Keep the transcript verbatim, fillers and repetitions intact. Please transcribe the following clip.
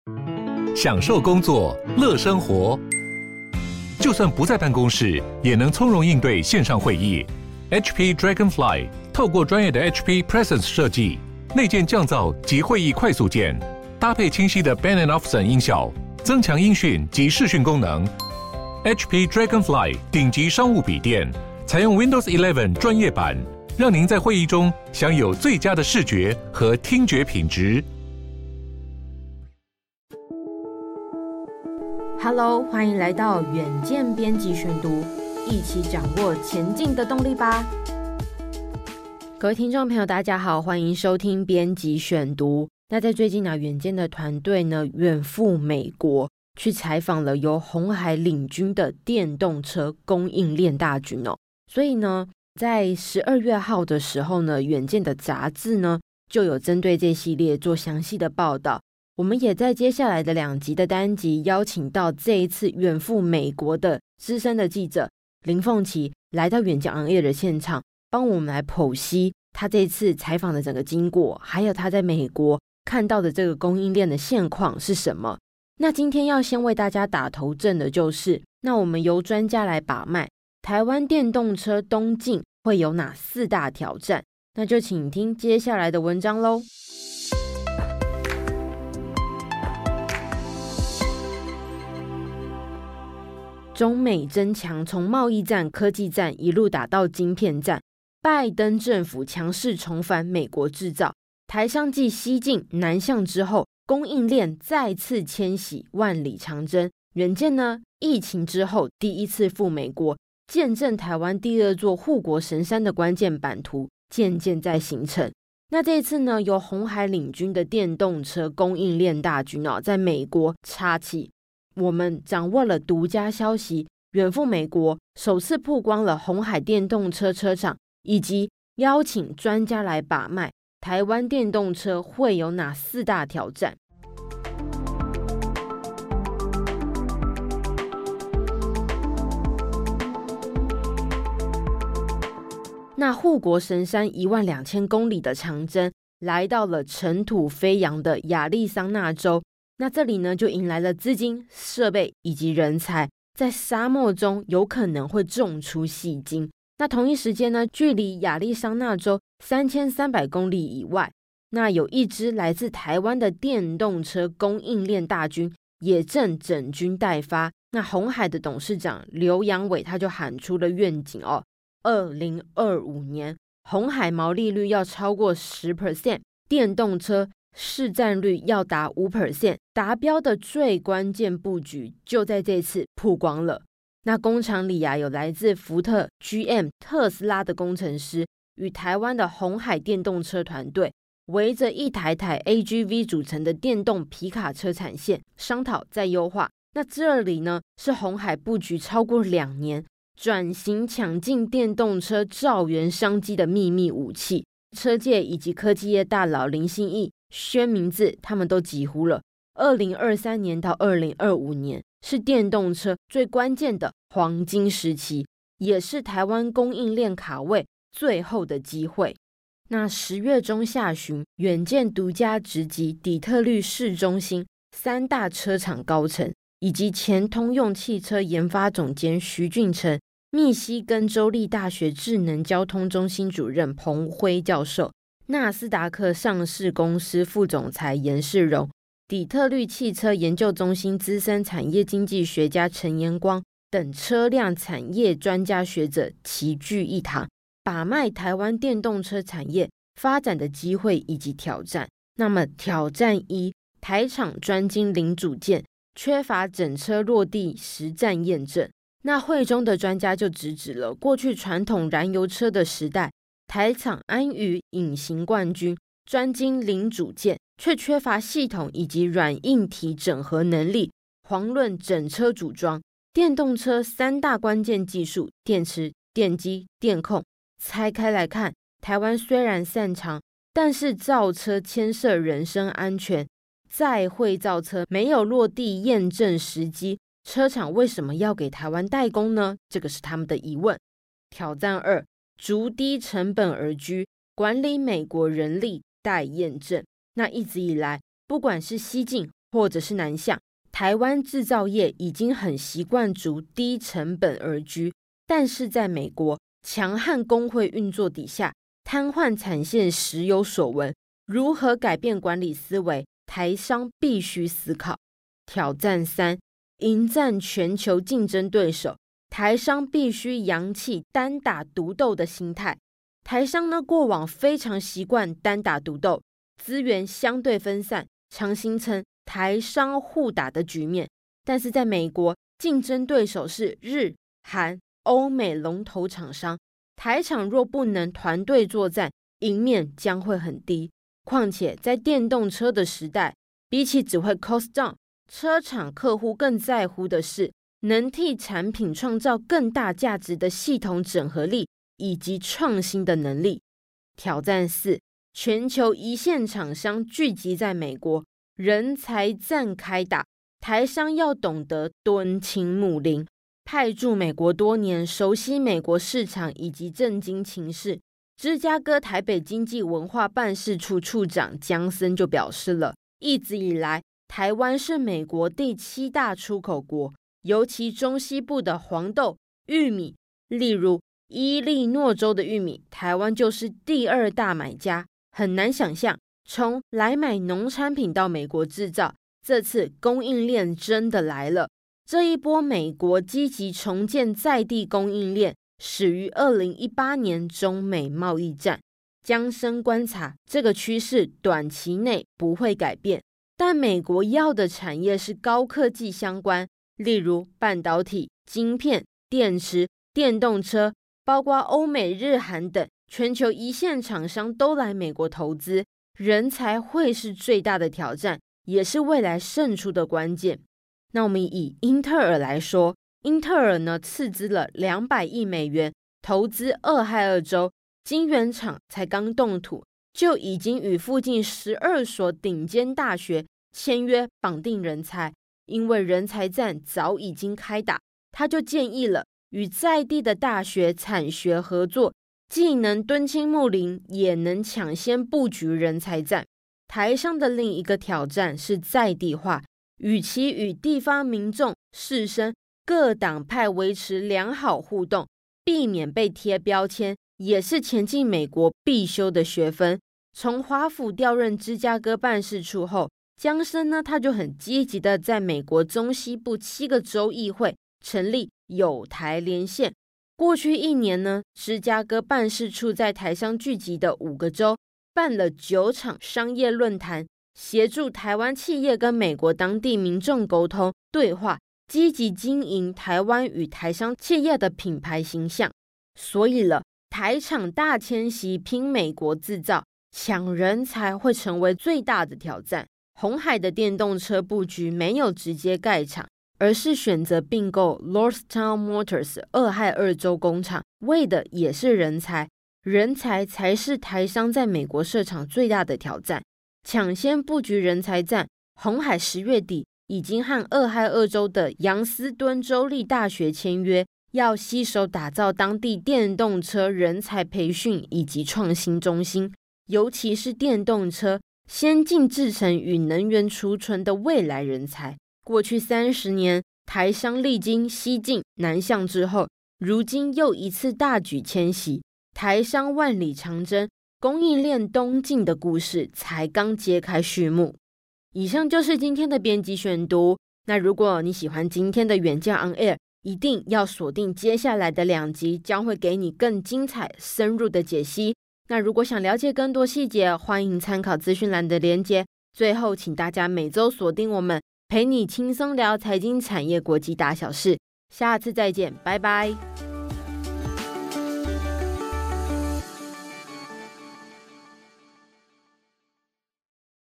享受工作，乐生活。就算不在办公室，也能从容应对线上会议。H P Dragonfly 透过专业的 H P Presence 设计，内建降噪及会议快速键，搭配清晰的 Bang and Olufsen 音效，增强音讯及视讯功能。H P Dragonfly 顶级商务笔电，采用 Windows 十一专业版，让您在会议中享有最佳的视觉和听觉品质。 Hello， 欢迎来到远见编辑选读，一起掌握前进的动力吧。各位听众朋友，大家好，欢迎收听编辑选读。那在最近呢，远见的团队呢远赴美国，去采访了由鸿海领军的电动车供应链大军哦。所以呢，在十二月号的时候呢，远见的杂志呢就有针对这系列做详细的报道。我们也在接下来的两集的单集邀请到这一次远赴美国的资深的记者林凤琪来到远见 On Air 的现场，帮我们来剖析他这次采访的整个经过，还有他在美国看到的这个供应链的现况是什么。那今天要先为大家打头阵的就是，那我们由专家来把脉，台湾电动车东进会有哪四大挑战？那就请听接下来的文章咯。中美争强，从贸易战、科技战一路打到晶片战，拜登政府强势重返美国制造，台商继西进南向之后，供应链再次迁徙，万里长征。远见呢，疫情之后第一次赴美国，见证台湾第二座护国神山的关键版图渐渐在形成。那这一次呢，由鸿海领军的电动车供应链大军哦，在美国插旗。我们掌握了独家消息，远赴美国首次曝光了鸿海电动车车厂，以及邀请专家来把脉，台湾电动车会有哪四大挑战。那护国神山一万两千公里的长征，来到了尘土飞扬的亚利桑那州。那这里呢，就迎来了资金、设备以及人才，在沙漠中有可能会种出细晶。那同一时间呢，距离亚利桑那州三千三百公里以外，那有一支来自台湾的电动车供应链大军也正整军待发。那鸿海的董事长刘扬伟他就喊出了愿景哦，二零二五年鸿海毛利率要超过 百分之十， 电动车市占率要达 百分之五， 达标的最关键布局就在这次曝光了。那工厂里啊，有来自福特、G M、特斯拉的工程师与台湾的鸿海电动车团队，围着一台台 A G V 组成的电动皮卡车产线商讨再优化。那这里呢，是鸿海布局超过两年，转型抢进电动车兆元商机的秘密武器。车界以及科技业大佬林信义、薛明志他们都疾呼了，二零二三年到二零二五年是电动车最关键的黄金时期，也是台湾供应链卡位最后的机会。那十月中下旬，远见独家直击底特律市中心三大车厂高层，以及前通用汽车研发总监徐俊成、密西根州立大学智能交通中心主任彭辉教授、纳斯达克上市公司副总裁严世荣、底特律汽车研究中心资深产业经济学家陈延光等车辆产业专家学者齐聚一堂，把脉台湾电动车产业发展的机会以及挑战。那么挑战一，台厂专精零组件，缺乏整车落地实战验证。那会中的专家就直指了过去传统燃油车的时代，台厂安于隐形冠军，专精零组件，却缺乏系统以及软硬体整合能力。遑论整车组装，电动车三大关键技术，电池、电机、电控，拆开来看，台湾虽然擅长，但是造车牵涉人身安全，再会造车没有落地验证时机，车厂为什么要给台湾代工呢？这个是他们的疑问。挑战二，逐低成本而居，管理美国人力待验证。那一直以来，不管是西进或者是南向，台湾制造业已经很习惯逐低成本而居，但是在美国强悍工会运作底下，瘫痪产线时有所闻。如何改变管理思维，台商必须思考。挑战三，迎战全球竞争对手，台商必须扬弃单打独斗的心态。台商呢，过往非常习惯单打独斗，资源相对分散，常形成台商互打的局面。但是在美国，竞争对手是日、韩、欧美龙头厂商，台厂若不能团队作战，赢面将会很低。况且在电动车的时代，比起只会 cost down， 车厂客户更在乎的是能替产品创造更大价值的系统整合力以及创新的能力。挑战四，全球一线厂商聚集在美国，人才战开打，台商要懂得敦亲睦邻。派驻美国多年，熟悉美国市场以及政经情势，芝加哥台北经济文化办事处处长江森就表示了，一直以来台湾是美国第七大出口国，尤其中西部的黄豆、玉米，例如伊利诺州的玉米，台湾就是第二大买家。很难想象，从来买农产品到美国制造，这次供应链真的来了。这一波美国积极重建在地供应链，始于二零一八年中美贸易战。江森观察，这个趋势短期内不会改变，但美国要的产业是高科技相关，例如半导体、晶片、电池、电动车，包括欧美日韩等全球一线厂商都来美国投资，人才会是最大的挑战，也是未来胜出的关键。那我们以英特尔来说，英特尔呢斥资了两百亿美元投资俄亥俄州，晶圆厂才刚动土，就已经与附近十二所顶尖大学签约绑定人才。因为人才战早已经开打，他就建议了与在地的大学产学合作，既能敦亲睦邻，也能抢先布局人才战。台商的另一个挑战是在地化，与其与地方民众、士绅、各党派维持良好互动，避免被贴标签，也是前进美国必修的学分。从华府调任芝加哥办事处后，江森呢，他就很积极的在美国中西部七个州议会成立友台连线。过去一年呢，芝加哥办事处在台商聚集的五个州办了九场商业论坛，协助台湾企业跟美国当地民众沟通对话，积极经营台湾与台商企业的品牌形象。所以了，台厂大迁徙拼美国制造，抢人才会成为最大的挑战。鸿海的电动车布局没有直接盖厂，而是选择并购 Lordstown Motors 俄亥俄州工厂，为的也是人才。人才才是台商在美国设厂最大的挑战。抢先布局人才战，鸿海十月底已经和俄亥俄州的杨斯敦州立大学签约，要携手打造当地电动车人才培训以及创新中心，尤其是电动车、先进制程与能源储存的未来人才。过去三十年，台商历经西进南向之后，如今又一次大举迁徙，台商万里长征，供应链东进的故事才刚揭开序幕。以上就是今天的编辑选读。那如果你喜欢今天的远见 On Air， 一定要锁定接下来的两集，将会给你更精彩深入的解析。那如果想了解更多细节，欢迎参考资讯栏的连结。最后，请大家每周锁定我们，陪你轻松聊财经产业国际大小事。下次再见，拜拜。